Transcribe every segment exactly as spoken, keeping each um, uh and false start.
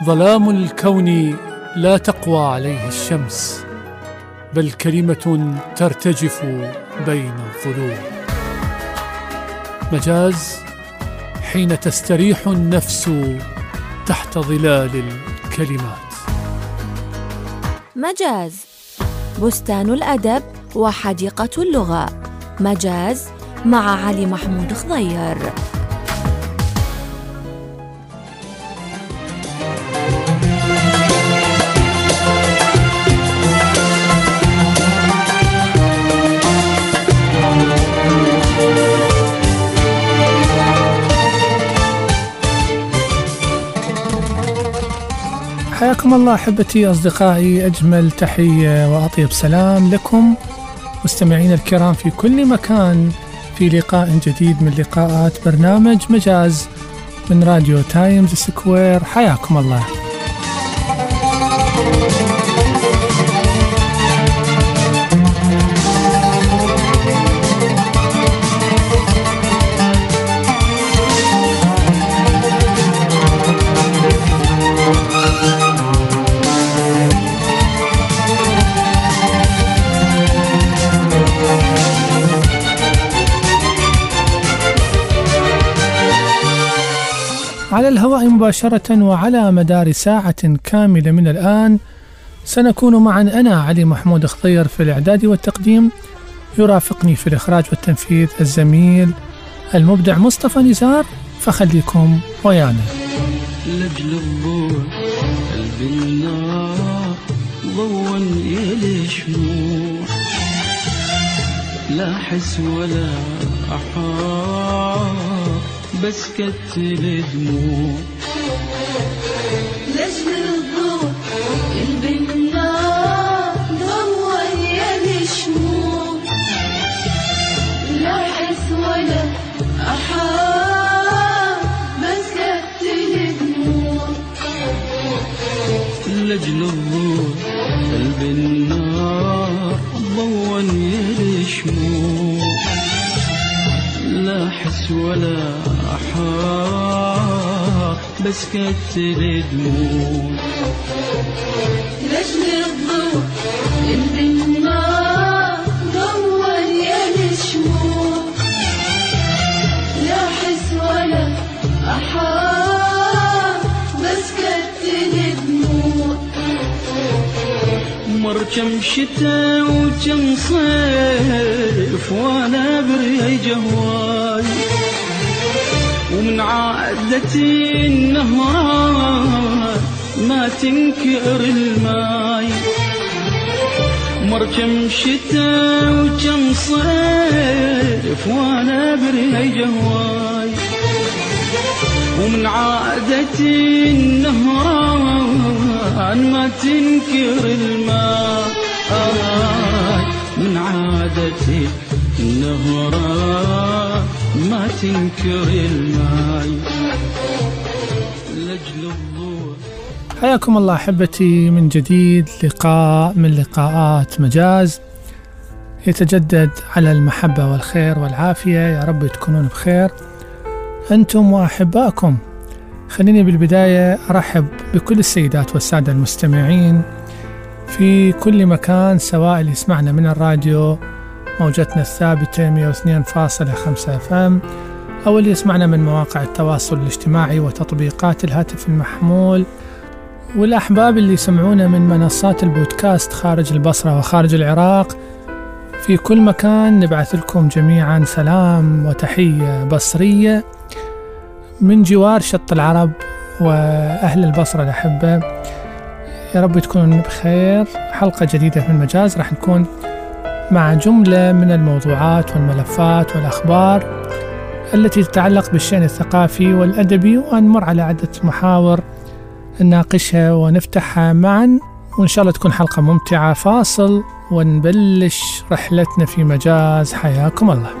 ظلام الكون لا تقوى عليه الشمس، بل كلمة ترتجف بين الظلوم. مجاز حين تستريح النفس تحت ظلال الكلمات. مجاز بستان الأدب وحديقة اللغة. مجاز مع علي محمود خضير. حياكم الله أحبتي أصدقائي، أجمل تحية وأطيب سلام لكم مستمعين الكرام في كل مكان في لقاء جديد من لقاءات برنامج مجاز من راديو تايمز سكوير. حياكم الله. على الهواء مباشرة وعلى مدار ساعة كاملة من الآن سنكون معا أنا علي محمود خضير في الإعداد والتقديم، يرافقني في الإخراج والتنفيذ الزميل المبدع مصطفى نزار، فخليكم ويانا. لجل الضوء قلب النار ضوّا إلي شموع، لا حس ولا أحار بس كتل دموع. لجل الضوء قلب النار ضوّا إلي شموع، لا حس ولا أحار بس كتل دموع. لجل الضوء قلب النار ضوّا إلي شموع، لا حس ولا أحار بس كتل دموع. لجل الضوء قلب النار ضوّا إلي شموع، لا حس ولا أحار بس كتل دموع. مر كم شتا وكم صيف وانا بري جواي، ومن عادتي النهار ما تنكر الماي. مر كم شتا وكم صيف وانا بري جواي، ومن عادتي النهار ما تنكر الماء. من عادتي النهار ما تنكر الماء. لجل الضوء. حياكم الله أحبتي من جديد، لقاء من لقاءات مجاز يتجدد على المحبة والخير والعافية. يا رب تكونون بخير أنتم وأحبائكم. خليني بالبداية أرحب بكل السيدات والسادة المستمعين في كل مكان، سواء اللي يسمعنا من الراديو موجتنا الثابتة مئة واثنين فاصلة خمسة اف ام، أو اللي يسمعنا من مواقع التواصل الاجتماعي وتطبيقات الهاتف المحمول، والأحباب اللي يسمعونا من منصات البودكاست خارج البصرة وخارج العراق. في كل مكان نبعث لكم جميعا سلام وتحية بصرية من جوار شط العرب وأهل البصرة الأحبة. يا رب تكونوا بخير. حلقة جديدة من مجاز راح نكون مع جملة من الموضوعات والملفات والأخبار التي تتعلق بالشأن الثقافي والأدبي، ونمر على عدة محاور نناقشها ونفتحها معا، وإن شاء الله تكون حلقة ممتعة. فاصل ونبلش رحلتنا في مجاز. حياكم الله.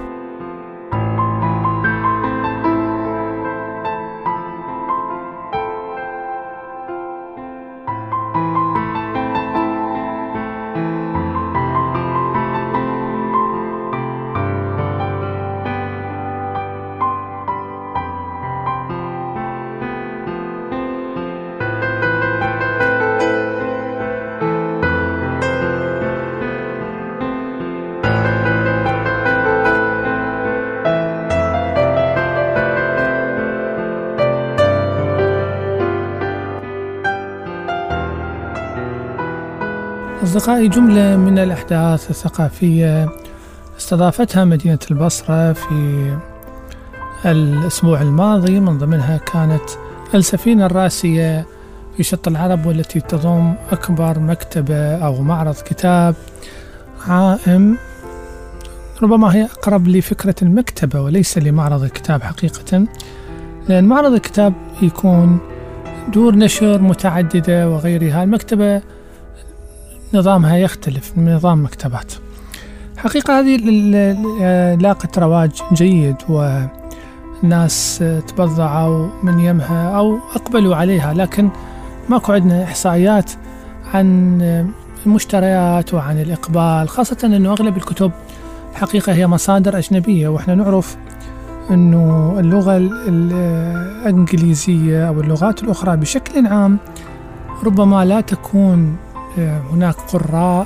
أصدقائي، جملة من الأحداث الثقافية استضافتها مدينة البصرة في الأسبوع الماضي، من ضمنها كانت السفينة الراسية في شط العرب، والتي تضم أكبر مكتبة أو معرض كتاب عائم. ربما هي أقرب لفكرة المكتبة وليس لمعرض الكتاب حقيقة، لأن معرض الكتاب يكون دور نشر متعددة وغيرها. المكتبة نظامها يختلف من نظام مكتبات. حقيقة هذه لاقت رواج جيد، والناس تبضعوا من يمها أو أقبلوا عليها، لكن ماكو عندنا إحصائيات عن المشتريات وعن الإقبال، خاصة أنه أغلب الكتب حقيقة هي مصادر أجنبية، وإحنا نعرف أنه اللغة الإنجليزية أو اللغات الأخرى بشكل عام ربما لا تكون هناك قراء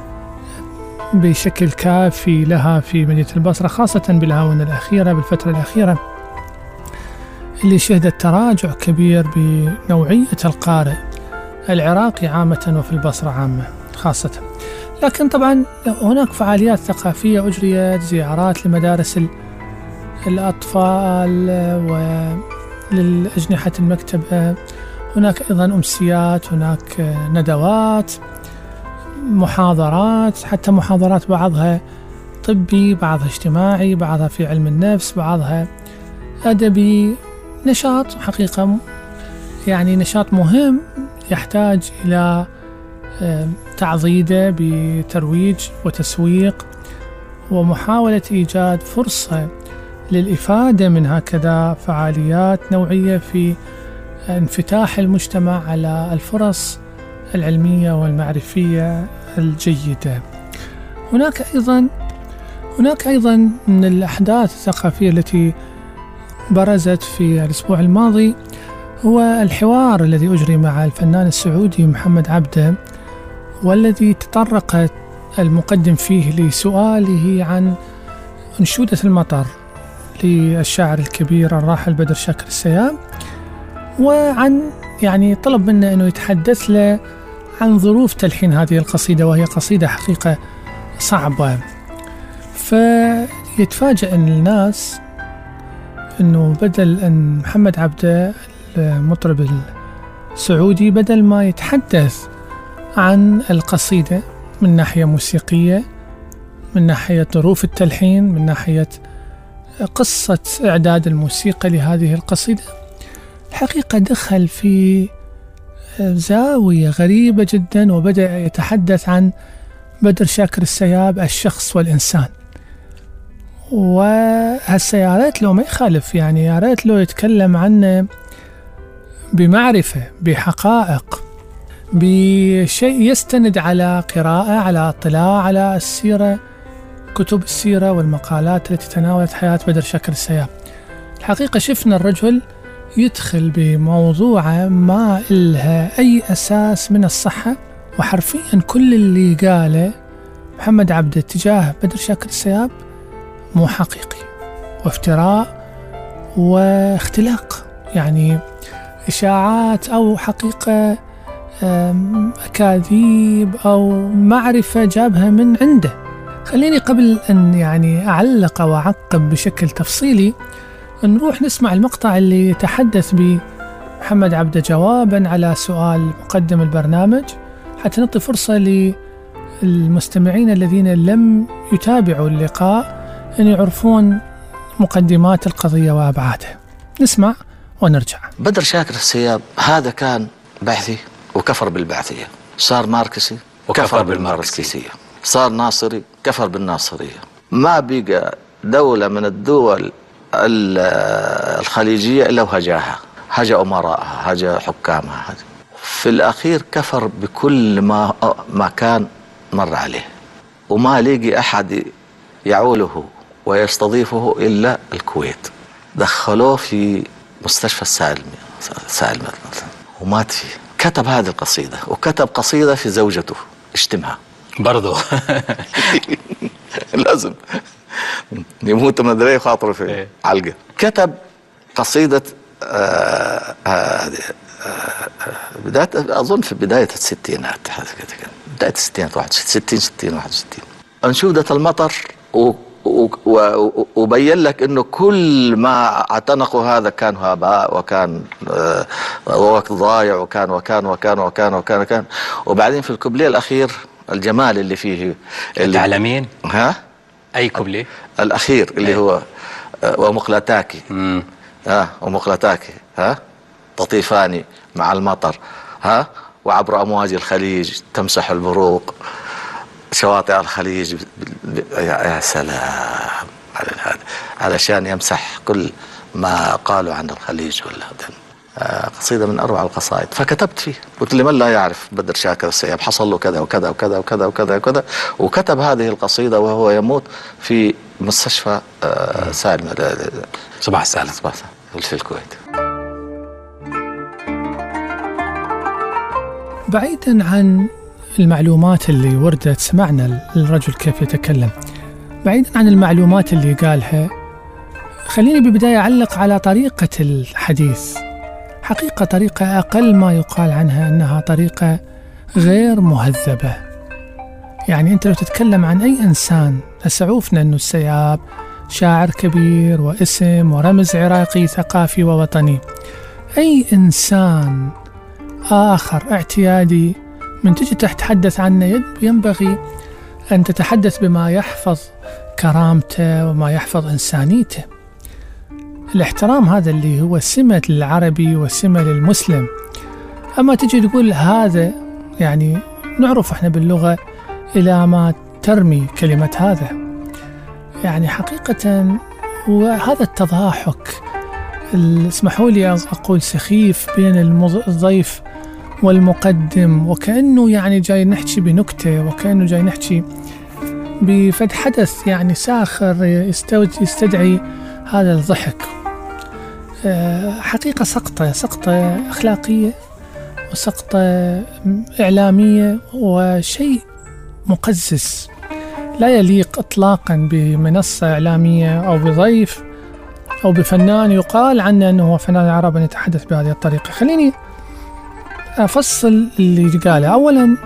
بشكل كافي لها في مدينة البصرة، خاصة بالآونة الأخيرة، بالفترة الأخيرة اللي شهدت تراجع كبير بنوعية القارئ العراقي عامة وفي البصرة عامة خاصة. لكن طبعا هناك فعاليات ثقافية أجريت، زيارات لمدارس الأطفال وللأجنحة المكتبة، هناك أيضا أمسيات، هناك ندوات، محاضرات، حتى محاضرات بعضها طبي، بعضها اجتماعي، بعضها في علم النفس، بعضها أدبي. نشاط حقيقة يعني نشاط مهم يحتاج إلى تعضيده بترويج وتسويق ومحاولة إيجاد فرصة للإفادة من هكذا فعاليات نوعية في انفتاح المجتمع على الفرص العلمية والمعرفية الجيدة. هناك أيضا هناك أيضا من الأحداث الثقافية التي برزت في الأسبوع الماضي هو الحوار الذي أجري مع الفنان السعودي محمد عبده، والذي تطرق المقدم فيه لسؤاله عن أنشودة المطر للشاعر الكبير الراحل بدر شاكر السياب، وعن يعني طلب منه أنه يتحدث له عن ظروف تلحين هذه القصيدة، وهي قصيدة حقيقة صعبة. فيتفاجأ أن الناس أنه بدل أن محمد عبده المطرب السعودي بدل ما يتحدث عن القصيدة من ناحية موسيقية، من ناحية ظروف التلحين، من ناحية قصة إعداد الموسيقى لهذه القصيدة، الحقيقة دخل في زاوية غريبة جدا، وبدأ يتحدث عن بدر شاكر السياب الشخص والإنسان. وهسه يا ريت لو ما يخالف، يعني يا ريت لو يتكلم عنه بمعرفة، بحقائق، بشيء يستند على قراءة، على اطلاع على السيرة، كتب السيرة والمقالات التي تناولت حياة بدر شاكر السياب. الحقيقة شفنا الرجل يدخل بموضوع ما إلها أي أساس من الصحة، وحرفيا كل اللي قاله محمد عبده تجاه بدر شاكر السياب مو حقيقي، وافتراء واختلاق، يعني إشاعات أو حقيقة أكاذيب أو معرفة جابها من عنده. خليني قبل أن يعني أعلق وأعقب بشكل تفصيلي نروح نسمع المقطع اللي يتحدث به محمد عبده جوابا على سؤال مقدم البرنامج، حتى نعطي فرصة للمستمعين الذين لم يتابعوا اللقاء أن يعرفون مقدمات القضية وأبعادها. نسمع ونرجع. بدر شاكر السياب هذا كان بعثي وكفر بالبعثية، صار ماركسي وكفر بالماركسية، صار ناصري كفر بالناصرية. ما بقى دولة من الدول الخليجية إلا وهجاها، هجا أمراءها، هجا حكامها، هجا. في الأخير كفر بكل ما ما كان مر عليه، وما لقي أحد يعوله ويستضيفه إلا الكويت. دخلوه في مستشفى السالمة سالمة ومات فيه. كتب هذه القصيدة، وكتب قصيدة في زوجته اشتمها برضو. لازم يموت من دري خاطره في علقة. كتب قصيدة آه آه بداية أظن في بداية الستينات، بداية الستينات واحد وستين ستين واحد وستين أنشودة المطر، وبين لك انه كل ما اعتنقوا هذا كان هباء وكان آه وقت ضايع وكان وكان وكان وكان وكان وكان وبعدين في الكوبليه الاخير الجمال اللي فيه اللي على مين؟ ها؟ اي كوبليه؟ الاخير اللي أي. هو آه ومقلتاك ها ومقلتاك ها تطيفان مع المطر ها وعبر امواج الخليج تمسح البروق شواطئ الخليج. يا سلام على هذا، علشان يمسح كل ما قالوا عن الخليج ولا آه قصيدة من أروع القصائد. فكتبت فيه، قلت لمن لا يعرف بدر شاكر السياب حصل له كذا وكذا وكذا وكذا وكذا وكذا، وكتب هذه القصيدة وهو يموت في مستشفى آه سالم صباح السالم صباح السالم في الكويت. بعيدا عن المعلومات اللي وردت، سمعنا الرجل كيف يتكلم، بعيدا عن المعلومات اللي قالها، خليني ببداية أعلق على طريقة الحديث. حقيقة طريقة أقل ما يقال عنها أنها طريقة غير مهذبة. يعني أنت لو تتكلم عن أي إنسان، أسعوفنا أنه السياب شاعر كبير واسم ورمز عراقي ثقافي ووطني، أي إنسان آخر اعتيادي من تجي تتحدث عنه ينبغي أن تتحدث بما يحفظ كرامته وما يحفظ إنسانيته. الاحترام هذا اللي هو سمة للعربي وسمة للمسلم. أما تجي تقول هذا، يعني نعرف احنا باللغة إلى ما ترمي كلمة هذا. يعني حقيقة وهذا التضاحك، اسمحوا لي أقول سخيف، بين الضيف والمقدم، وكأنه يعني جاي نحكي بنكتة، وكأنه جاي نحكي بفد حدث يعني ساخر يستدعي هذا الضحك. حقيقة سقطة سقطة أخلاقية وسقطة إعلامية وشيء مقزز لا يليق إطلاقا بمنصة إعلامية أو بضيف أو بفنان يقال عنه أنه هو فنان عربي يتحدث بهذه الطريقة. خليني أفصل اللي قاله. أولا،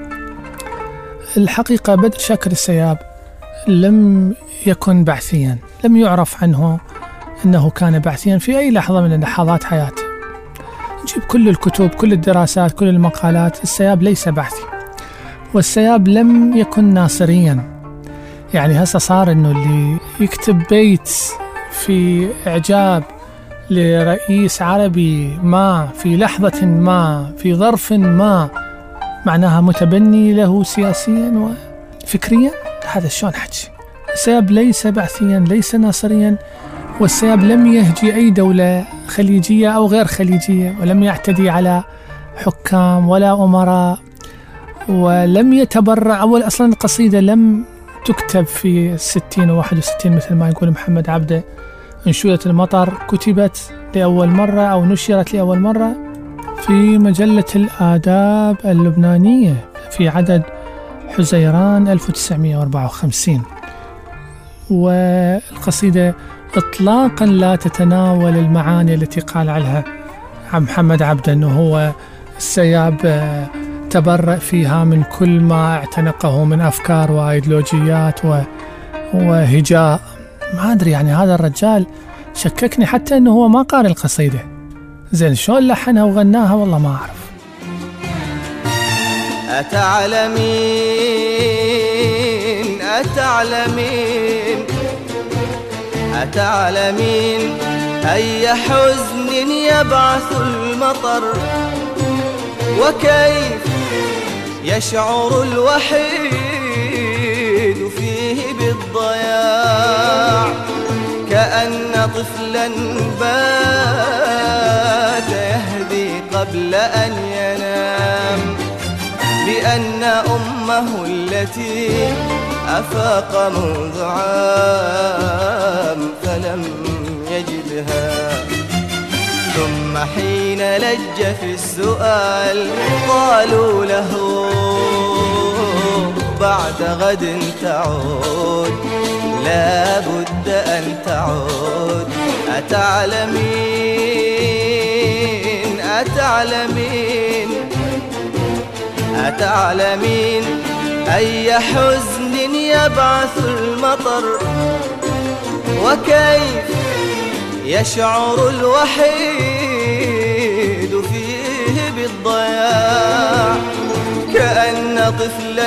الحقيقة بدر شاكر السياب لم يكن بعثيا، لم يعرف عنه أنه كان بعثيا في أي لحظة من لحظات حياته. نجيب كل الكتب، كل الدراسات، كل المقالات، السياب ليس بعثي، والسياب لم يكن ناصريا. يعني هسه صار أنه اللي يكتب بيت في إعجاب لرئيس عربي ما في لحظة ما في ظرف ما معناها متبني له سياسيا وفكريا. هذا شلون حكي؟ السياب ليس بعثيا، ليس ناصريا، والسياب لم يهجي أي دولة خليجية أو غير خليجية، ولم يعتدي على حكام ولا أمراء، ولم يتبرع. أول أصلا القصيدة لم تكتب في الستين وواحد وستين مثل ما يقول محمد عبده. أنشودة المطر كتبت لأول مرة أو نشرت لأول مرة في مجلة الآداب اللبنانية في عدد حزيران ألف وتسعمائة وأربعة وخمسين، والقصيدة إطلاقا لا تتناول المعاني التي قال عنها عن محمد عبده أنه هو السياب تبرأ فيها من كل ما اعتنقه من أفكار وأيديولوجيات وهجاء. ما أدري، يعني هذا الرجال شككني حتى أنه هو ما قارئ القصيدة. زين شلون لحنها وغناها والله ما أعرف. أتعلمين أتعلمين أتعلمين أي حزن يبعث المطر، وكيف يشعر الوحيد فيه بالضياع، كأن طفلا بات يهدي قبل أن ينام، بأن أمه التي أفاق منذ عام فلم يجدها، ثم حين لج في السؤال قالوا له بعد غد تعود، لا بد أن تعود. أتعلمين أتعلمين أتعلمين أي حزن يبعث المطر، وكيف يشعر الوحيد فيه بالضياع، كأن طفلا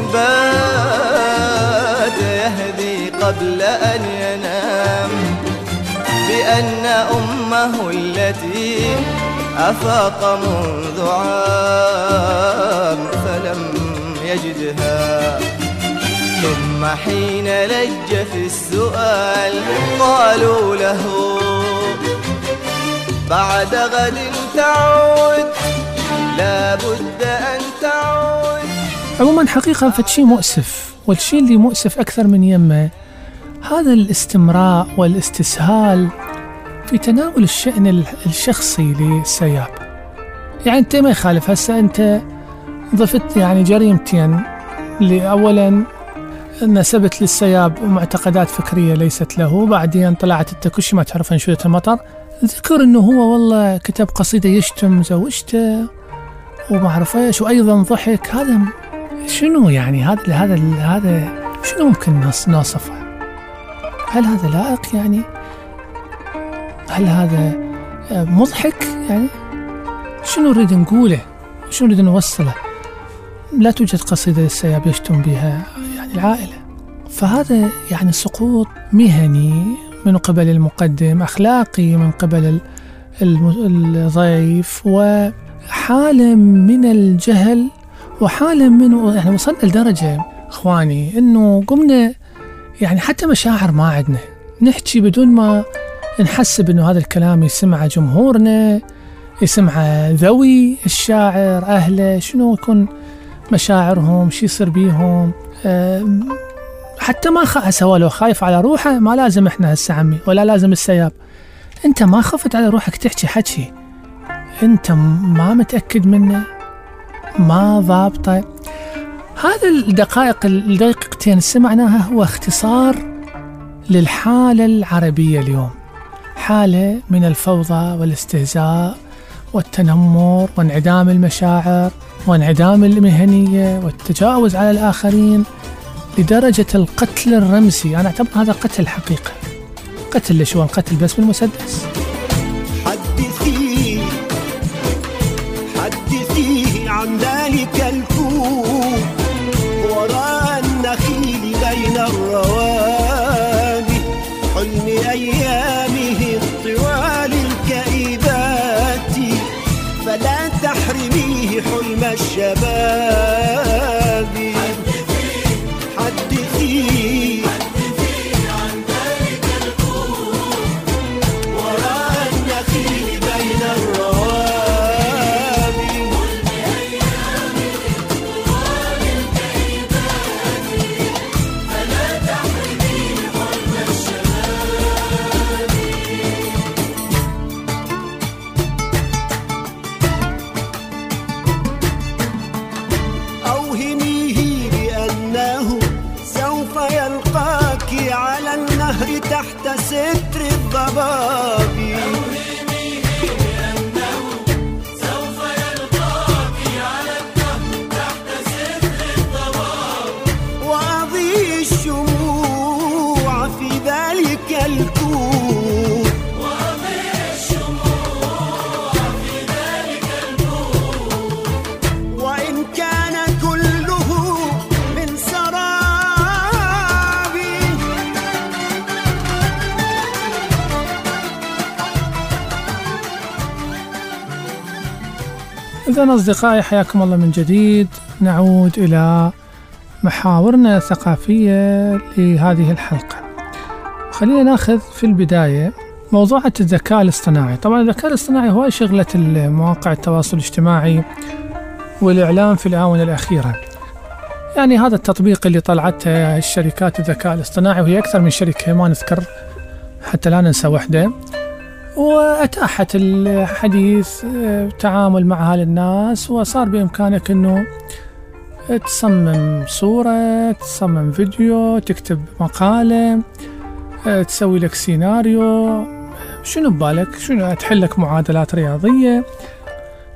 بات يهدي قبل أن ينام، بأن أمه التي أفاق منذ عام فلم يجدها. ثم حين لج في السؤال قالوا له بعد غد تعود، لا بد أن تعود. عموما حقيقة فتشي مؤسف، والشيء اللي مؤسف أكثر من يمه هذا الاستمراء والاستسهال في تناول الشأن الشخصي للسياب. يعني أنت ما يخالف هسه أنت ضفت يعني جريمتين، لأولا نسبت للسياب معتقدات فكرية ليست له، بعدين طلعت انت كل شيء ما تعرف انشودة المطر، ذكر انه هو والله كتب قصيدة يشتم زوجته وما اعرف ايش، وايضا ضحك. هذا شنو يعني؟ هذا هذا هذا شنو ممكن نوصفه؟ هل هذا لائق يعني؟ هل هذا مضحك يعني؟ شنو نريد نقوله؟ شنو نريد نوصله؟ لا توجد قصيدة للسياب يشتم بها يعني العائلة. فهذا يعني سقوط مهني من قبل المقدم، أخلاقي من قبل الضيف، وحالة من الجهل، وحالة من يعني وصلنا لدرجة إخواني إنه قمنا يعني حتى مشاعر ما عندنا، نحكي بدون ما نحسب إنه هذا الكلام يسمع جمهورنا، يسمع ذوي الشاعر أهله، شنو يكون مشاعرهم، شي يصير بيهم. حتى ما خ... سوا لو خايف على روحه ما لازم احنا هسه عمي، ولا لازم السياب. انت ما خفت على روحك تحكي حكي انت ما متأكد منه، ما ضابطه. هذا الدقائق الدقيقتين سمعناها هو اختصار للحالة العربية اليوم، حالة من الفوضى والاستهزاء والتنمر وانعدام المشاعر وانعدام المهنية والتجاوز على الآخرين لدرجة القتل الرمزي. أنا أعتبر هذا قتل حقيقة. قتل لشو؟ القتل بس بالمسدس. حدثي حدثي عن ذلك الكون وراء النخيل بين الروابي، حلم أيامه الطوال الكئيبات، فلا تحرميه حلم الشباب. حدثي حدثي عن ذلك الكون وراء النخيل بين الروابي، حلم أيامه الطوال الكئيبات، فلا تحرميه حلم الشباب. أوهميه بأنه سوف يلقاك على النهر تحت ستر الضباب. أوهميه بأنه سوف يلقاك على النهر تحت ستر الضباب، وأضيء الشموع في ذلك الكون، وأضيء الشموع في ذلك الكون، وإن كان كله من سراب. إذن أصدقائي حياكم الله من جديد. نعود إلى محاورنا الثقافية لهذه الحلقة. خلينا ناخذ في البداية موضوع الذكاء الاصطناعي. طبعا الذكاء الاصطناعي هو شغلة مواقع التواصل الاجتماعي والإعلام في الآونة الأخيرة. يعني هذا التطبيق اللي طلعته الشركات الذكاء الاصطناعي، وهي أكثر من شركة ما نذكر حتى لا ننسى وحدة، وأتاحت الحديث تعامل معها للناس، وصار بإمكانك أنه تصمم صورة، تصمم فيديو، تكتب مقالة، تسوي لك سيناريو، شنو ببالك، شنو تحلك معادلات رياضية.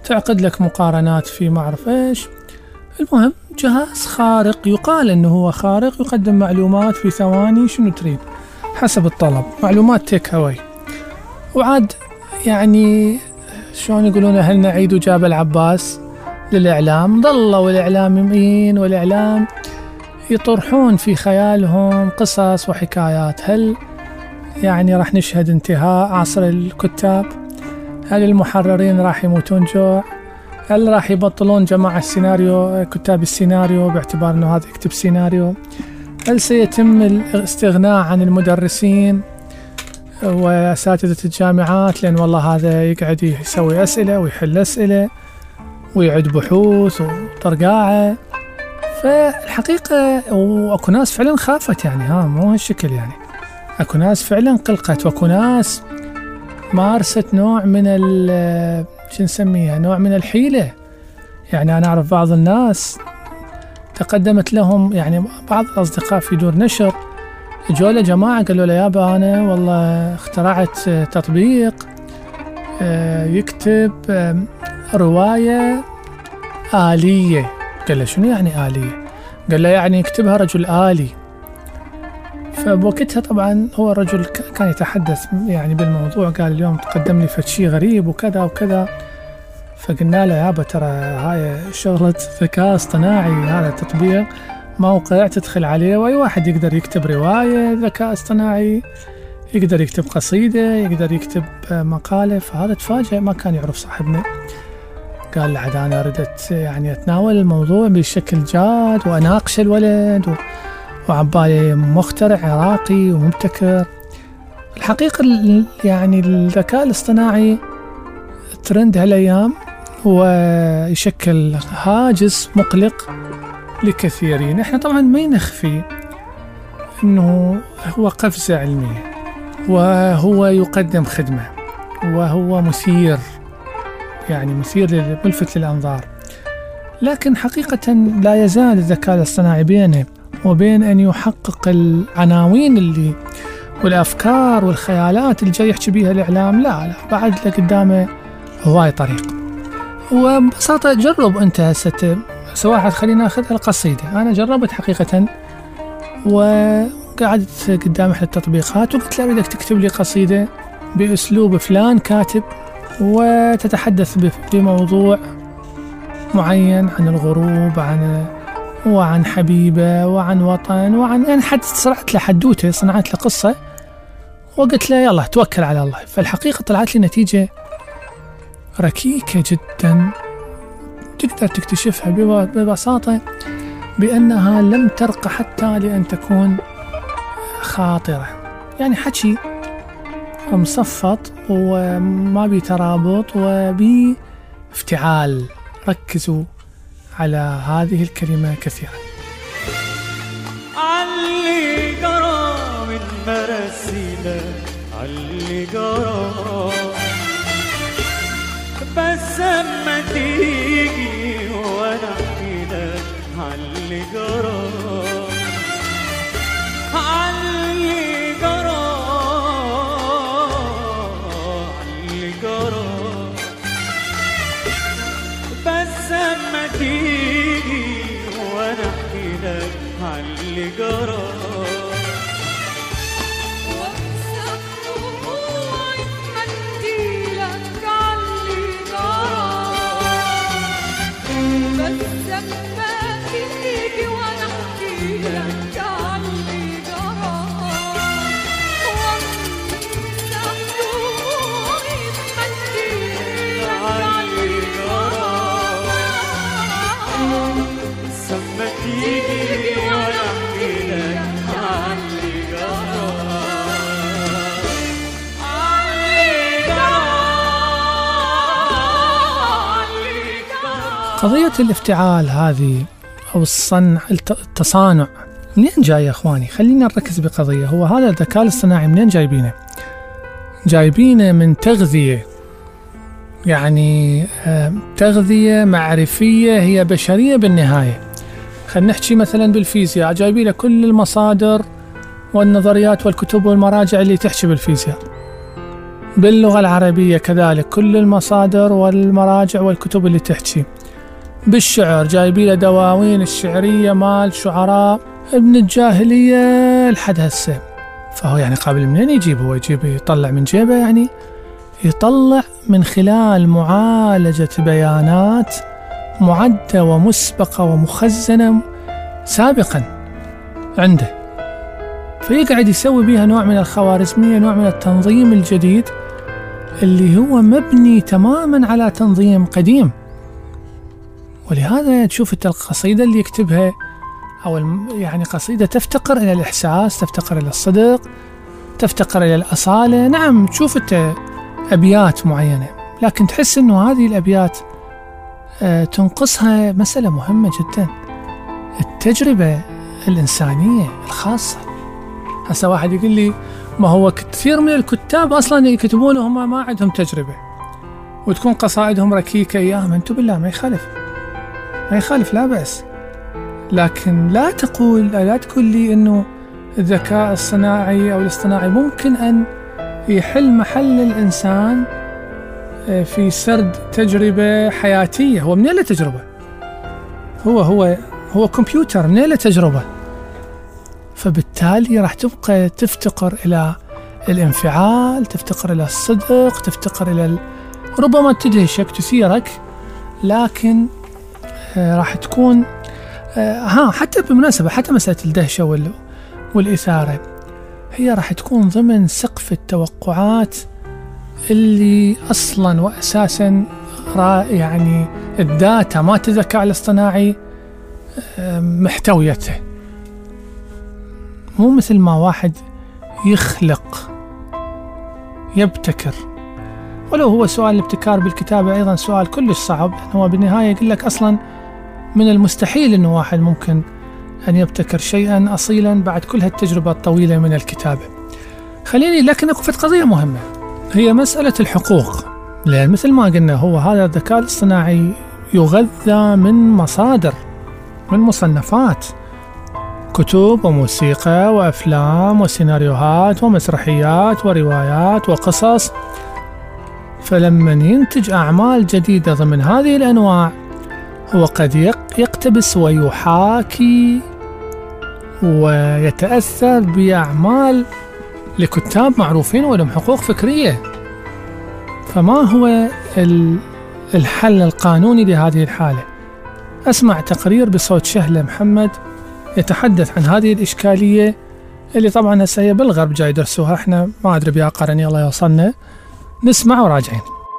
تعقد لك مقارنات في ما أعرف إيش. المهم جهاز خارق، يقال أنه هو خارق، يقدم معلومات في ثواني شنو تريد حسب الطلب، معلومات تيك هواي. وعاد يعني شلون يقولون هل نعيد جاب العباس للإعلام، ظلوا الإعلاميين والإعلام يطرحون في خيالهم قصص وحكايات. هل يعني راح نشهد انتهاء عصر الكتاب؟ هل المحررين راح يموتون جوع؟ هل راح يبطلون جماعة السيناريو، كتاب السيناريو، باعتبار أنه هذا يكتب سيناريو؟ هل سيتم الاستغناء عن المدرسين وأساتذة الجامعات، لأن والله هذا يقعد يسوي أسئلة ويحل أسئلة ويعد بحوث وطرقاعة؟ فالحقيقة وأكو ناس فعلا خافت، يعني ها مو هالشكل، يعني أكو ناس فعلا قلقت، وأكو ناس مارست نوع من ال شو نسميها، نوع من الحيلة. يعني أنا أعرف بعض الناس تقدمت لهم، يعني بعض الأصدقاء في دور نشر جو له جماعة قالوا له يابا أنا والله اخترعت تطبيق يكتب رواية آلية. قال له شنو يعني آلية؟ قال له يعني يكتبها رجل آلي. فبوقتها طبعا هو الرجل كان يتحدث يعني بالموضوع، قال اليوم تقدم لي فشي غريب وكذا وكذا. فقلنا له يابا ترى هاي شغلة ذكاء اصطناعي، هذا تطبيق موقع تدخل عليه وأي واحد يقدر يكتب رواية، ذكاء اصطناعي يقدر يكتب قصيدة، يقدر يكتب مقالة. فهذا تفاجأ، ما كان يعرف صاحبنا. قال لعد أنا ردت يعني أتناول الموضوع بشكل جاد وأناقش الولد و... وعبالي مخترع عراقي ومبتكر. الحقيقة يعني الذكاء الاصطناعي ترند هالأيام ويشكل هاجس مقلق لكثيرين. احنا طبعا ما ينخفي انه هو قفزة علمية، وهو يقدم خدمة، وهو مثير، يعني مثير ملفت للأنظار. لكن حقيقة لا يزال الذكاء الاصطناعي بينه وبين أن يحقق العناوين اللي والأفكار والخيالات اللي جاي يحكي بيها الإعلام، لا لا بعد لقدامه هواي طريق. وببساطة جرب أنت هسه سواء خلينا ناخذ القصيدة. أنا جربت حقيقة وقعدت قدام أحد التطبيقات وقلت له بدك تكتب لي قصيدة بأسلوب فلان كاتب، وتتحدث بموضوع معين عن الغروب، عن وعن حبيبة وعن وطن وعن يعني حد صنعت له حدوته، صنعت له قصة، وقلت له يلا توكل على الله. فالحقيقة طلعت لي نتيجة ركيكة جدا تقدر تكتشفها ببساطة بأنها لم ترق حتى لأن تكون خاطرة. يعني حكي مصفط وما بي ترابط وبي افتعال. ركزوا على هذه الكلمة كثيرا. علي قرا من مرسينا، علي قرا بس اما تيجي وانا احكي لك علي قرا، علي قرا، علي قرا بس اما تيجي وانا احكي لك علي قرا. قضية الافتعال هذه أو الصنع التصانع منين جاي يا أخواني؟ خلينا نركز بقضية. هو هذا الذكاء الاصطناعي منين جايبينه؟ جايبينه من تغذية، يعني تغذية معرفية هي بشرية بالنهاية. خلينا نحكي مثلا بالفيزياء، جايبينه كل المصادر والنظريات والكتب والمراجع اللي تحكي بالفيزياء. باللغة العربية كذلك كل المصادر والمراجع والكتب اللي تحكي. بالشعر جايبين له دواوين الشعرية مال شعراء ابن الجاهلية لحد هسه. فهو يعني قابل منين يجيب؟ هو يجيب يطلع من جيبه؟ يعني يطلع من خلال معالجة بيانات معدة ومسبقة ومخزنة سابقا عنده، فيقعد يسوي بيها نوع من الخوارزمية، نوع من التنظيم الجديد اللي هو مبني تماما على تنظيم قديم. ولهذا تشوف القصيدة اللي يكتبها أو يعني قصيدة تفتقر إلى الإحساس، تفتقر إلى الصدق، تفتقر إلى الأصالة. نعم تشوف أنت أبيات معينة، لكن تحس أنه هذه الأبيات آه تنقصها مسألة مهمة جدا، التجربة الإنسانية الخاصة. هسا واحد يقول لي ما هو كثير من الكتاب أصلا يكتبون وهم ما عندهم تجربة، وتكون قصائدهم ركيكة. إياهم أنتم بالله ما يخالف، ما يخالف لا بأس، لكن لا تقول لا تقول لي إنه الذكاء الصناعي أو الاصطناعي ممكن أن يحل محل الإنسان في سرد تجربة حياتية. هو منين له تجربة؟ هو هو هو كمبيوتر، منين له تجربة؟ فبالتالي راح تبقى تفتقر إلى الانفعال، تفتقر إلى الصدق، تفتقر إلى ال... ربما تدهشك تثيرك، لكن آه راح تكون آه ها حتى بالمناسبة حتى مسألة الدهشة وال... والإثارة هي راح تكون ضمن سقف التوقعات اللي أصلا وأساسا يعني الداتا ما الذكاء الاصطناعي محتويته. مو مثل ما واحد يخلق يبتكر، ولو هو سؤال الابتكار بالكتابة أيضا سؤال كلش صعب، هو بالنهاية يقول لك أصلا من المستحيل أنه واحد ممكن أن يبتكر شيئا أصيلا بعد كل هالتجربة الطويلة من الكتابة. خليني لكن أكون في قضية مهمة، هي مسألة الحقوق. لأن مثل ما قلنا هو هذا الذكاء الاصطناعي يغذى من مصادر، من مصنفات، كتب وموسيقى وأفلام وسيناريوهات ومسرحيات وروايات وقصص. فلما ينتج أعمال جديدة ضمن هذه الأنواع هو قد يقتبس ويحاكي ويتأثر بأعمال لكتاب معروفين ولهم حقوق فكرية. فما هو الحل القانوني لهذه الحالة؟ أسمع تقرير بصوت شهلة محمد يتحدث عن هذه الإشكالية اللي طبعا هسه هي بالغرب جاي يدرسوها، احنا ما أدري بها قرني الله يوصلنا. نسمع وراجعين.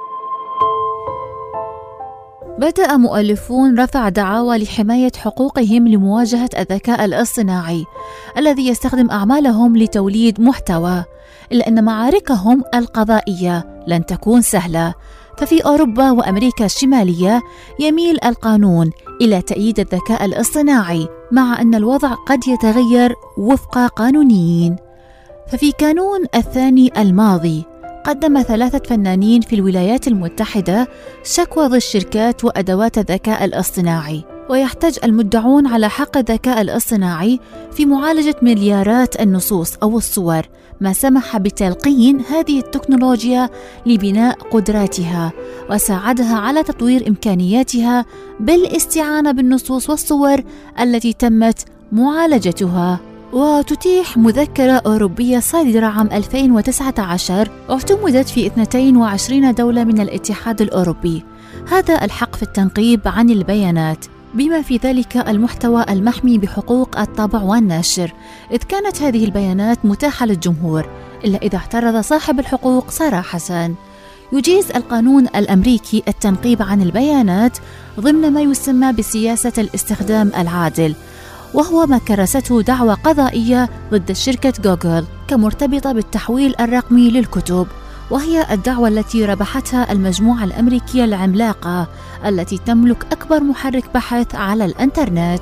بدأ مؤلفون رفع دعاوى لحماية حقوقهم لمواجهة الذكاء الاصطناعي الذي يستخدم أعمالهم لتوليد محتوى، إلا أن معاركهم القضائية لن تكون سهلة. ففي أوروبا وأمريكا الشمالية يميل القانون إلى تأييد الذكاء الاصطناعي، مع أن الوضع قد يتغير وفق قانونيين. ففي كانون الثاني الماضي قدم ثلاثة فنانين في الولايات المتحدة شكوى ضد الشركات وأدوات الذكاء الاصطناعي، ويحتج المدعون على حق الذكاء الاصطناعي في معالجة مليارات النصوص أو الصور، ما سمح بتلقين هذه التكنولوجيا لبناء قدراتها وساعدها على تطوير إمكانياتها بالاستعانة بالنصوص والصور التي تمت معالجتها. وتتيح مذكرة أوروبية صادرة عام ألفين وتسعة عشر اعتمدت في اثنتين وعشرين دولة من الاتحاد الأوروبي هذا الحق في التنقيب عن البيانات، بما في ذلك المحتوى المحمي بحقوق الطبع والنشر، إذ كانت هذه البيانات متاحة للجمهور إلا إذا اعترض صاحب الحقوق صراحة. يجيز القانون الأمريكي التنقيب عن البيانات ضمن ما يسمى بسياسة الاستخدام العادل، وهو ما كرسته دعوى قضائية ضد شركة جوجل كمرتبطة بالتحويل الرقمي للكتب، وهي الدعوى التي ربحتها المجموعة الأمريكية العملاقة التي تملك أكبر محرك بحث على الإنترنت.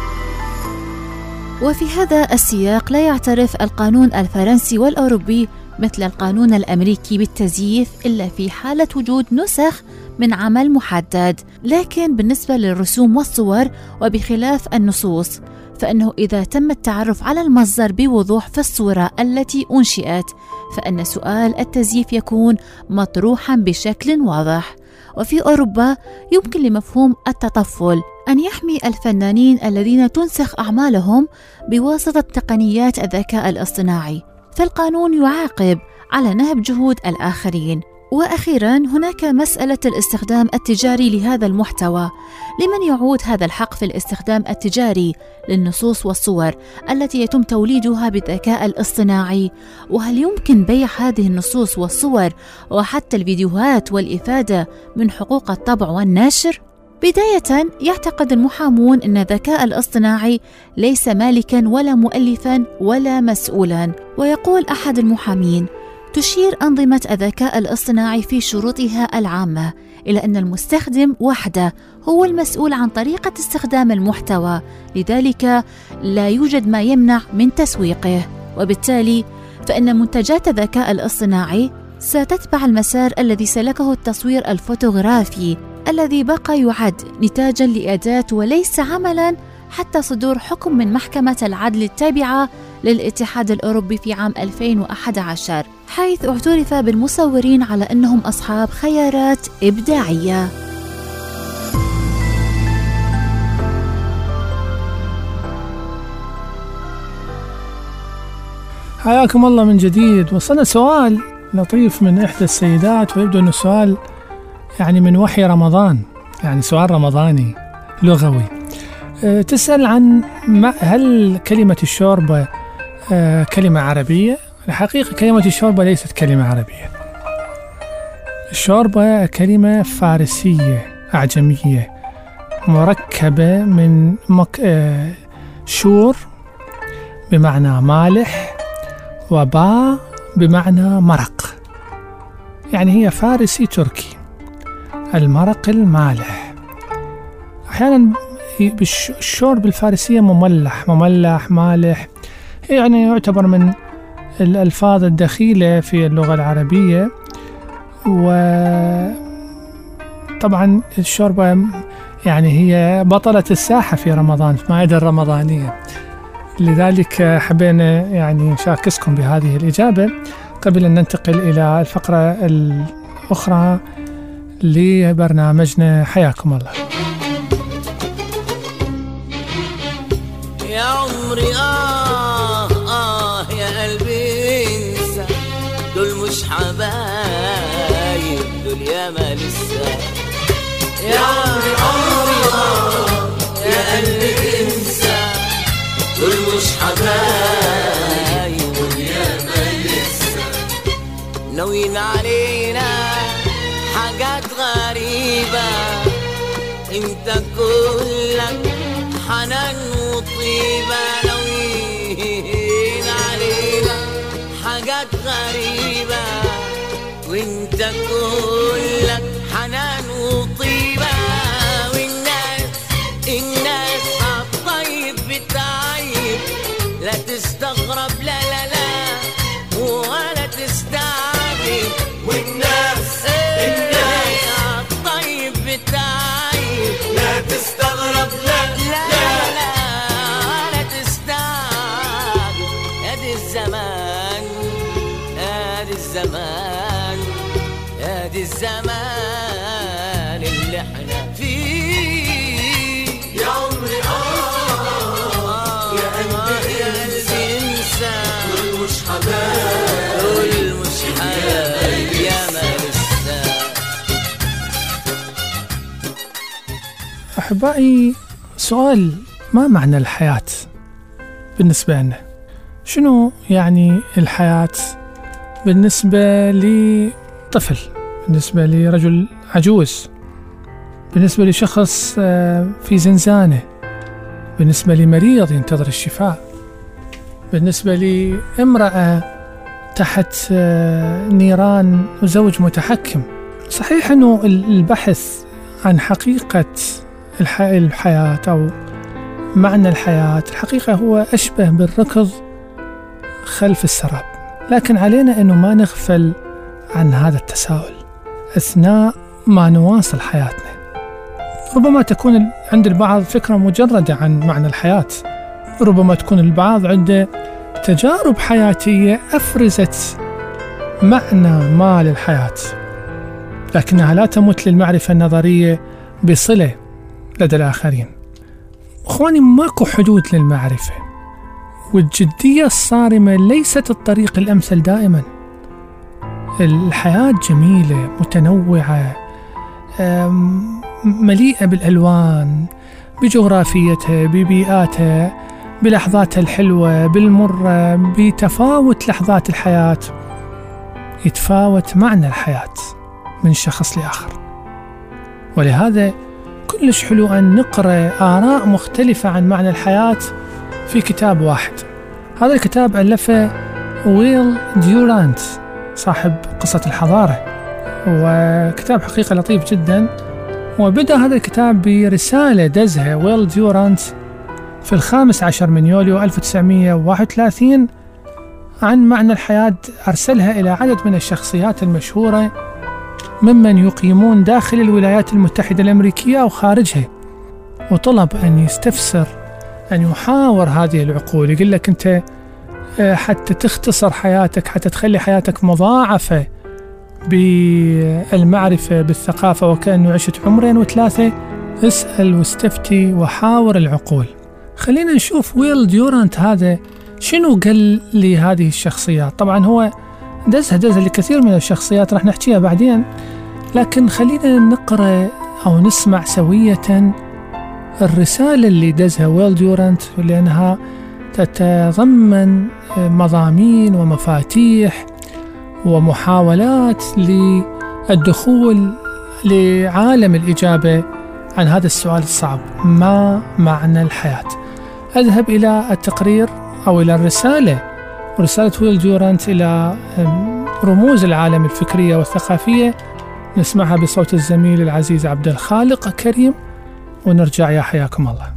وفي هذا السياق لا يعترف القانون الفرنسي والأوروبي مثل القانون الأمريكي بالتزييف إلا في حالة وجود نسخ من عمل محدد. لكن بالنسبة للرسوم والصور وبخلاف النصوص، فإنه إذا تم التعرف على المصدر بوضوح في الصورة التي أنشئت، فإن سؤال التزييف يكون مطروحا بشكل واضح. وفي أوروبا يمكن لمفهوم التطفل أن يحمي الفنانين الذين تنسخ أعمالهم بواسطة تقنيات الذكاء الاصطناعي، فالقانون يعاقب على نهب جهود الآخرين. وأخيراً هناك مسألة الاستخدام التجاري لهذا المحتوى. لمن يعود هذا الحق في الاستخدام التجاري للنصوص والصور التي يتم توليدها بالذكاء الاصطناعي؟ وهل يمكن بيع هذه النصوص والصور وحتى الفيديوهات والإفادة من حقوق الطبع والنشر؟ بداية، يعتقد المحامون أن الذكاء الاصطناعي ليس مالكاً ولا مؤلفاً ولا مسؤولاً. ويقول أحد المحامين: تشير أنظمة الذكاء الاصطناعي في شروطها العامة إلى أن المستخدم وحده هو المسؤول عن طريقة استخدام المحتوى، لذلك لا يوجد ما يمنع من تسويقه. وبالتالي فإن منتجات الذكاء الاصطناعي ستتبع المسار الذي سلكه التصوير الفوتوغرافي الذي بقى يعد نتاجاً لأداة وليس عملاً، حتى صدور حكم من محكمة العدل التابعة للاتحاد الأوروبي في عام ألفين وأحد عشر، حيث اعترف بالمصورين على أنهم أصحاب خيارات إبداعية. حياكم الله من جديد. وصلنا سؤال لطيف من إحدى السيدات، ويبدو أنه سؤال يعني من وحي رمضان، يعني سؤال رمضاني لغوي. أه تسأل عن ما هل كلمة الشوربة أه كلمة عربية؟ الحقيقة كلمة الشوربة ليست كلمة عربية. الشوربة كلمة فارسية أعجمية مركبة من مك... أه شور بمعنى مالح، وبا بمعنى مرق، يعني هي فارسي تركي، المرق المالح. أحيانا الشورب الفارسية مملح مملح مالح، يعني يعتبر من الألفاظ الدخيلة في اللغة العربية. وطبعا الشوربة يعني هي بطلة الساحة في رمضان، في المائدة الرمضانية، لذلك حبينا يعني نشارككم بهذه الإجابة قبل أن ننتقل إلى الفقرة الأخرى لبرنامجنا. حياكم الله. يا عمري آه آه يا قلبي انسى، دول مش حبايب، دول ياما لسه. يا عمري آه يا قلبي انسى، دول مش حبايب، دول ياما لسه. ناويين علينا حاجات غريبة، انت كلك حنان وطيبة. ناويين علينا حاجات غريبة، وانت كلك حنان وطيبة. والناس الناس عالطيب بتعيب، لا تستغرب لا لا لا ولا تستعجب. والناس الناس عالطيب بتعيب، لا تستغرب لا لا لا ولا تستعجب. يا دي الزمان يا دي الزمان يا دي الزمان اللي احنا فيه. يا عمري آه يا قلبي انسى، دول مش حبايب، دول مش حبايب يا ما لسه. أحبائي، سؤال: ما معنى الحياة بالنسبة لنا؟ شنو يعني الحياة بالنسبة لطفل، بالنسبة لرجل عجوز، بالنسبة لشخص في زنزانة، بالنسبة لمريض ينتظر الشفاء، بالنسبة لامرأة تحت نيران وزوج متحكم؟ صحيح أنه البحث عن حقيقة الحياة أو معنى الحياة الحقيقة هو أشبه بالركض خلف السراب، لكن علينا أنه ما نغفل عن هذا التساؤل أثناء ما نواصل حياتنا. ربما تكون عند البعض فكرة مجردة عن معنى الحياة، ربما تكون البعض عنده تجارب حياتية أفرزت معنى ما للحياة، لكنها لا تمت للمعرفة النظرية بصلة لدى الآخرين. أخواني، ماكو حدود للمعرفة، والجدية الصارمة ليست الطريق الأمثل دائما. الحياة جميلة متنوعة مليئة بالألوان، بجغرافيتها، ببيئاتها، بلحظاتها الحلوة بالمرة، بتفاوت لحظات الحياة. يتفاوت معنى الحياة من شخص لآخر، ولهذا كلش حلو أن نقرأ آراء مختلفة عن معنى الحياة في كتاب واحد. هذا الكتاب ألفه ويل ديورانت صاحب قصة الحضارة، وكتاب حقيقة لطيف جدا. وبدأ هذا الكتاب برسالة دزها ويل ديورانت في الخامس عشر من يوليو ألف وتسعمائة وواحد وثلاثين عن معنى الحياة، أرسلها إلى عدد من الشخصيات المشهورة ممن يقيمون داخل الولايات المتحدة الأمريكية أو خارجها، وطلب أن يستفسر، أن يحاور هذه العقول. يقول لك أنت حتى تختصر حياتك، حتى تخلي حياتك مضاعفة بالمعرفة بالثقافة وكأنه عشت عمرين وثلاثة، اسأل واستفتي وحاور العقول. خلينا نشوف ويل ديورانت هذا شنو قال لي هذه الشخصيات. طبعا هو دزها دزها لكثير من الشخصيات راح نحكيها بعدين، لكن خلينا نقرأ أو نسمع سوية الرسالة اللي دزها ويل ديورانت، لأنها تتضمن مضامين ومفاتيح ومحاولات للدخول لعالم الإجابة عن هذا السؤال الصعب: ما معنى الحياة؟ أذهب إلى التقرير أو إلى الرسالة، رسالة ويل ديورانت إلى رموز العالم الفكرية والثقافية، نسمعها بصوت الزميل العزيز عبد الخالق كريم، ونرجع. يا حياكم الله.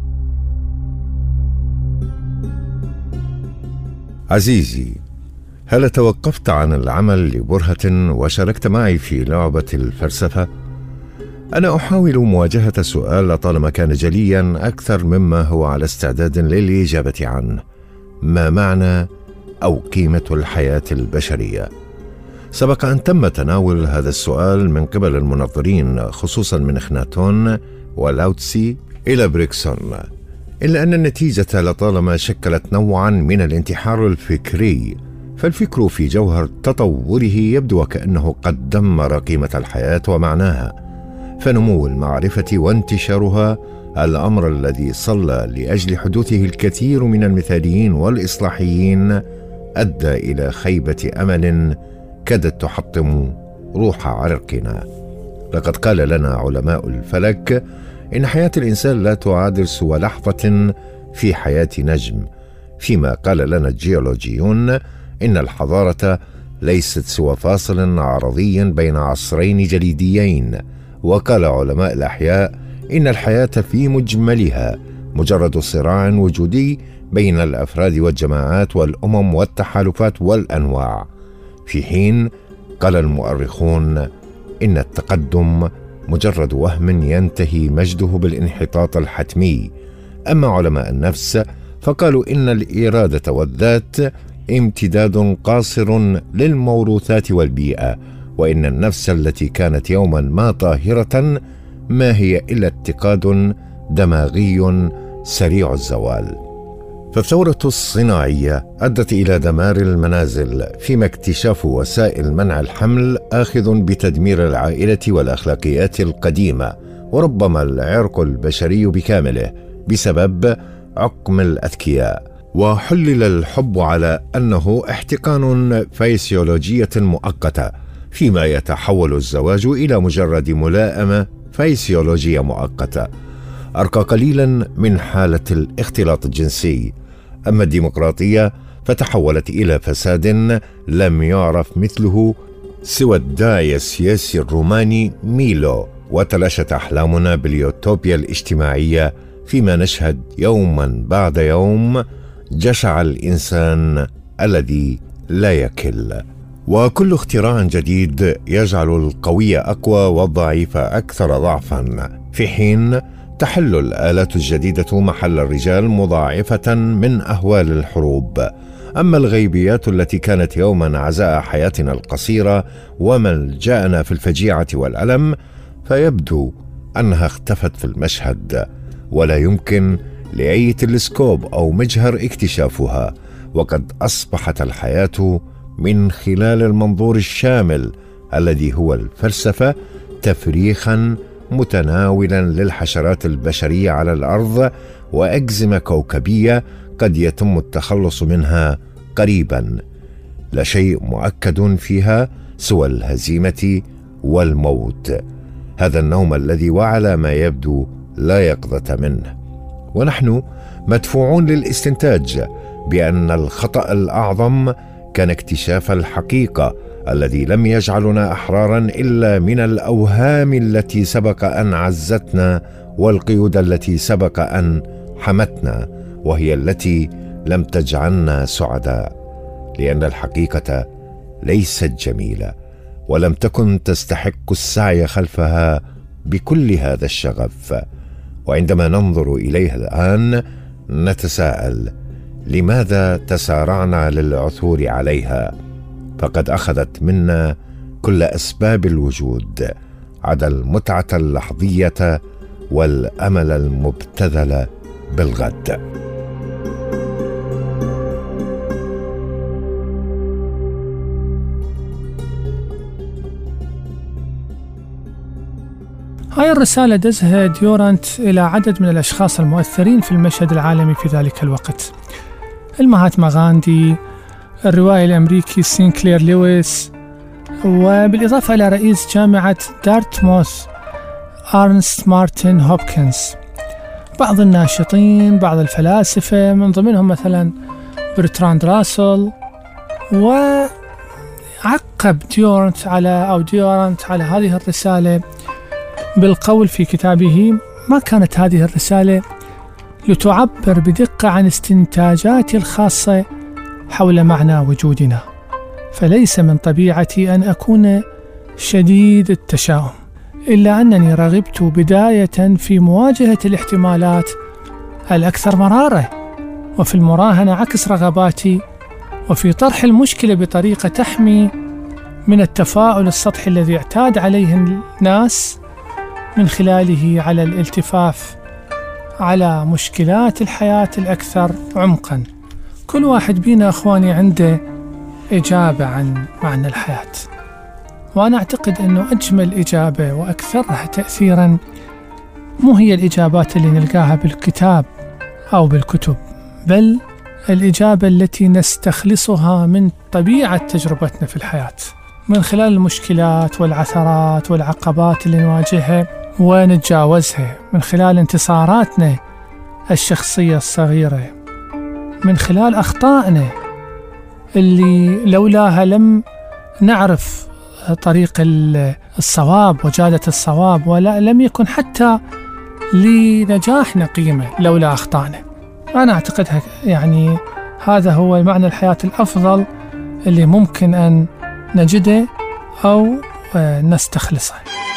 عزيزي، هل توقفت عن العمل لبرهة وشاركت معي في لعبة الفلسفة؟ أنا أحاول مواجهة السؤال لطالما كان جليا أكثر مما هو على استعداد للإجابة عنه: ما معنى أو قيمة الحياة البشرية؟ سبق أن تم تناول هذا السؤال من قبل المنظرين، خصوصا من إخناتون ولاوتسي إلى بريكسون، إلا أن النتيجة لطالما شكلت نوعا من الانتحار الفكري. فالفكر في جوهر تطوره يبدو وكأنه قد دمر قيمة الحياة ومعناها، فنمو المعرفة وانتشارها الأمر الذي صلى لأجل حدوثه الكثير من المثاليين والإصلاحيين أدى إلى خيبة أمل كادت تحطم روح عرقنا. لقد قال لنا علماء الفلك إن حياة الإنسان لا تعادل سوى لحظة في حياة نجم، فيما قال لنا الجيولوجيون إن الحضارة ليست سوى فاصل عرضي بين عصرين جليديين. وقال علماء الأحياء إن الحياة في مجملها مجرد صراع وجودي بين الأفراد والجماعات والأمم والتحالفات والأنواع، في حين قال المؤرخون إن التقدم مجرد وهم ينتهي مجده بالانحطاط الحتمي. أما علماء النفس فقالوا إن الإرادة والذات امتداد قاصر للموروثات والبيئة، وإن النفس التي كانت يوما ما طاهرة ما هي إلا اتقاد دماغي سريع الزوال. فالثورة الصناعية أدت إلى دمار المنازل، فيما اكتشاف وسائل منع الحمل آخذ بتدمير العائلة والأخلاقيات القديمة، وربما العرق البشري بكامله بسبب عقم الأذكياء. وحلل الحب على أنه احتقان فيسيولوجية مؤقتة، فيما يتحول الزواج إلى مجرد ملائمة فيسيولوجية مؤقتة أرقى قليلا من حالة الاختلاط الجنسي. أما الديمقراطية فتحولت إلى فساد لم يعرف مثله سوى الداعية السياسي الروماني ميلو، وتلاشت أحلامنا باليوتوبيا الاجتماعية، فيما نشهد يوما بعد يوم جشع الإنسان الذي لا يكل. وكل اختراع جديد يجعل القوي أقوى والضعيف أكثر ضعفا، في حين تحل الآلات الجديدة محل الرجال مضاعفة من أهوال الحروب. أما الغيبيات التي كانت يوما عزاء حياتنا القصيرة وملجأنا في الفجيعة والألم، فيبدو أنها اختفت في المشهد، ولا يمكن لأي تلسكوب أو مجهر اكتشافها، وقد أصبحت الحياة من خلال المنظور الشامل الذي هو الفلسفة تفريخا متناولا للحشرات البشرية على الأرض، وأجزمة كوكبية قد يتم التخلص منها قريبا، لا شيء مؤكد فيها سوى الهزيمة والموت. هذا النوم الذي وعلى ما يبدو لا يقظة منه، ونحن مدفوعون للاستنتاج بأن الخطأ الأعظم كان اكتشاف الحقيقة الذي لم يجعلنا أحرارا إلا من الأوهام التي سبق أن عزتنا والقيود التي سبق أن حمتنا، وهي التي لم تجعلنا سعداء، لأن الحقيقة ليست جميلة ولم تكن تستحق السعي خلفها بكل هذا الشغف. وعندما ننظر إليها الآن نتساءل: لماذا تسارعنا للعثور عليها؟ فقد أخذت منا كل أسباب الوجود عدا المتعة اللحظية والأمل المبتذل بالغد. هاي الرسالة دزها ديورانت إلى عدد من الأشخاص المؤثرين في المشهد العالمي في ذلك الوقت: المهاتما غاندي، الروائي الأمريكي سينكلير لويس، وبالإضافة إلى رئيس جامعة دارتموث أرنست مارتن هوبكنز، بعض الناشطين، بعض الفلاسفة، من ضمنهم مثلا برتراند راسل. وعقب ديورانت على أو ديورانت على هذه الرسالة بالقول في كتابه: ما كانت هذه الرسالة لتعبر بدقة عن استنتاجاتي الخاصة حول معنى وجودنا، فليس من طبيعتي أن أكون شديد التشاؤم، إلا أنني رغبت بداية في مواجهة الاحتمالات الأكثر مرارة، وفي المراهنة عكس رغباتي، وفي طرح المشكلة بطريقة تحمي من التفاؤل السطحي الذي اعتاد عليه الناس، من خلاله على الالتفاف على مشكلات الحياة الأكثر عمقا. كل واحد بينا أخواني عنده إجابة عن معنى الحياة، وأنا أعتقد أنه أجمل إجابة وأكثرها تأثيرا مو هي الإجابات اللي نلقاها بالكتاب أو بالكتب، بل الإجابة التي نستخلصها من طبيعة تجربتنا في الحياة، من خلال المشكلات والعثرات والعقبات اللي نواجهها ونتجاوزها، من خلال انتصاراتنا الشخصية الصغيرة، من خلال أخطائنا اللي لولاها لم نعرف طريق الصواب وجادة الصواب، ولا لم يكن حتى لنجاحنا قيمة لولا أخطائنا. أنا أعتقدها يعني هذا هو معنى الحياة الأفضل اللي ممكن أن نجده أو نستخلصه.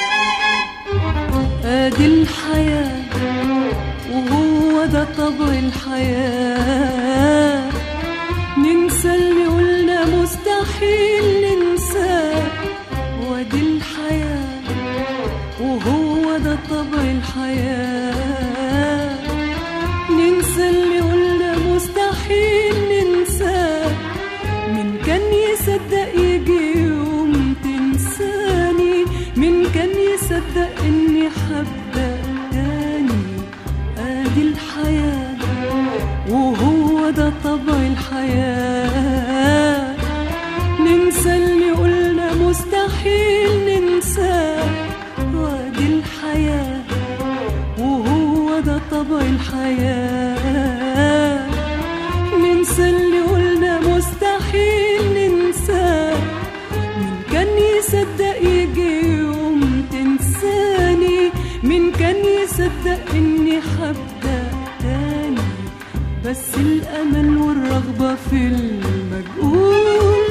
ادي الحياة وهو ده طبع الحياة، ننسى اللي قلنا مستحيل ننساه. وادي الحياة وهو ده طبع الحياة، ننسى اللي قلنا مستحيل ننساه. من كان يصدق يجي يوم تنساني، من كان يصدق اني حبك تاني. ادي الحياة وهو ده طبع الحياة، ننسى اللي قلنا مستحيل ننساه. وادي الحياة وهو ده طبع الحياة، ننسى اللي قلنا مستحيل ننساه. من كان يصدق يجي يوم تنساني، من كان يصدق اني حبك تاني. بس الامل والرغبة في المجهول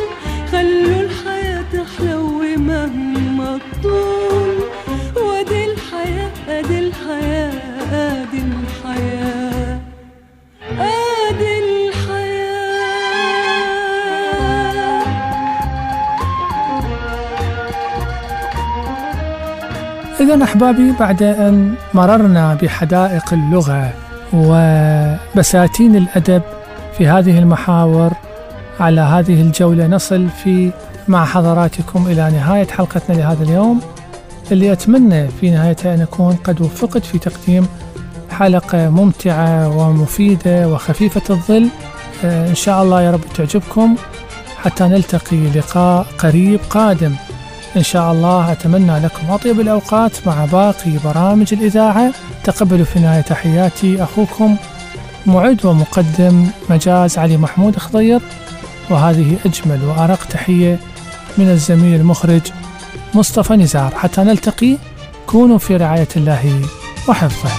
إذن أحبابي، بعد أن مررنا بحدائق اللغة وبساتين الأدب في هذه المحاور، على هذه الجولة نصل في مع حضراتكم إلى نهاية حلقتنا لهذا اليوم، اللي أتمنى في نهايتها أن أكون قد وفقت في تقديم حلقة ممتعة ومفيدة وخفيفة الظل. إن شاء الله يا رب تعجبكم، حتى نلتقي لقاء قريب قادم إن شاء الله. أتمنى لكم أطيب الأوقات مع باقي برامج الإذاعة. تقبلوا في النهاية تحياتي أخوكم معد ومقدم مجاز علي محمود خضير، وهذه أجمل وأرق تحية من الزميل المخرج مصطفى نزار. حتى نلتقي، كونوا في رعاية الله وحفظه.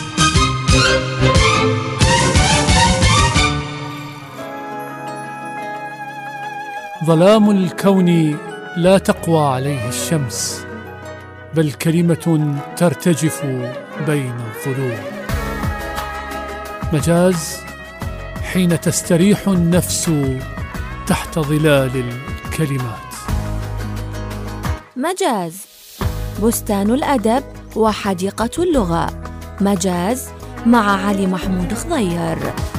ظلام الكون لا تقوى عليه الشمس، بل كلمة ترتجف بين الظلوم. مجاز حين تستريح النفس تحت ظلال الكلمات. مجاز بستان الأدب وحديقة اللغة. مجاز مع علي محمود خضير.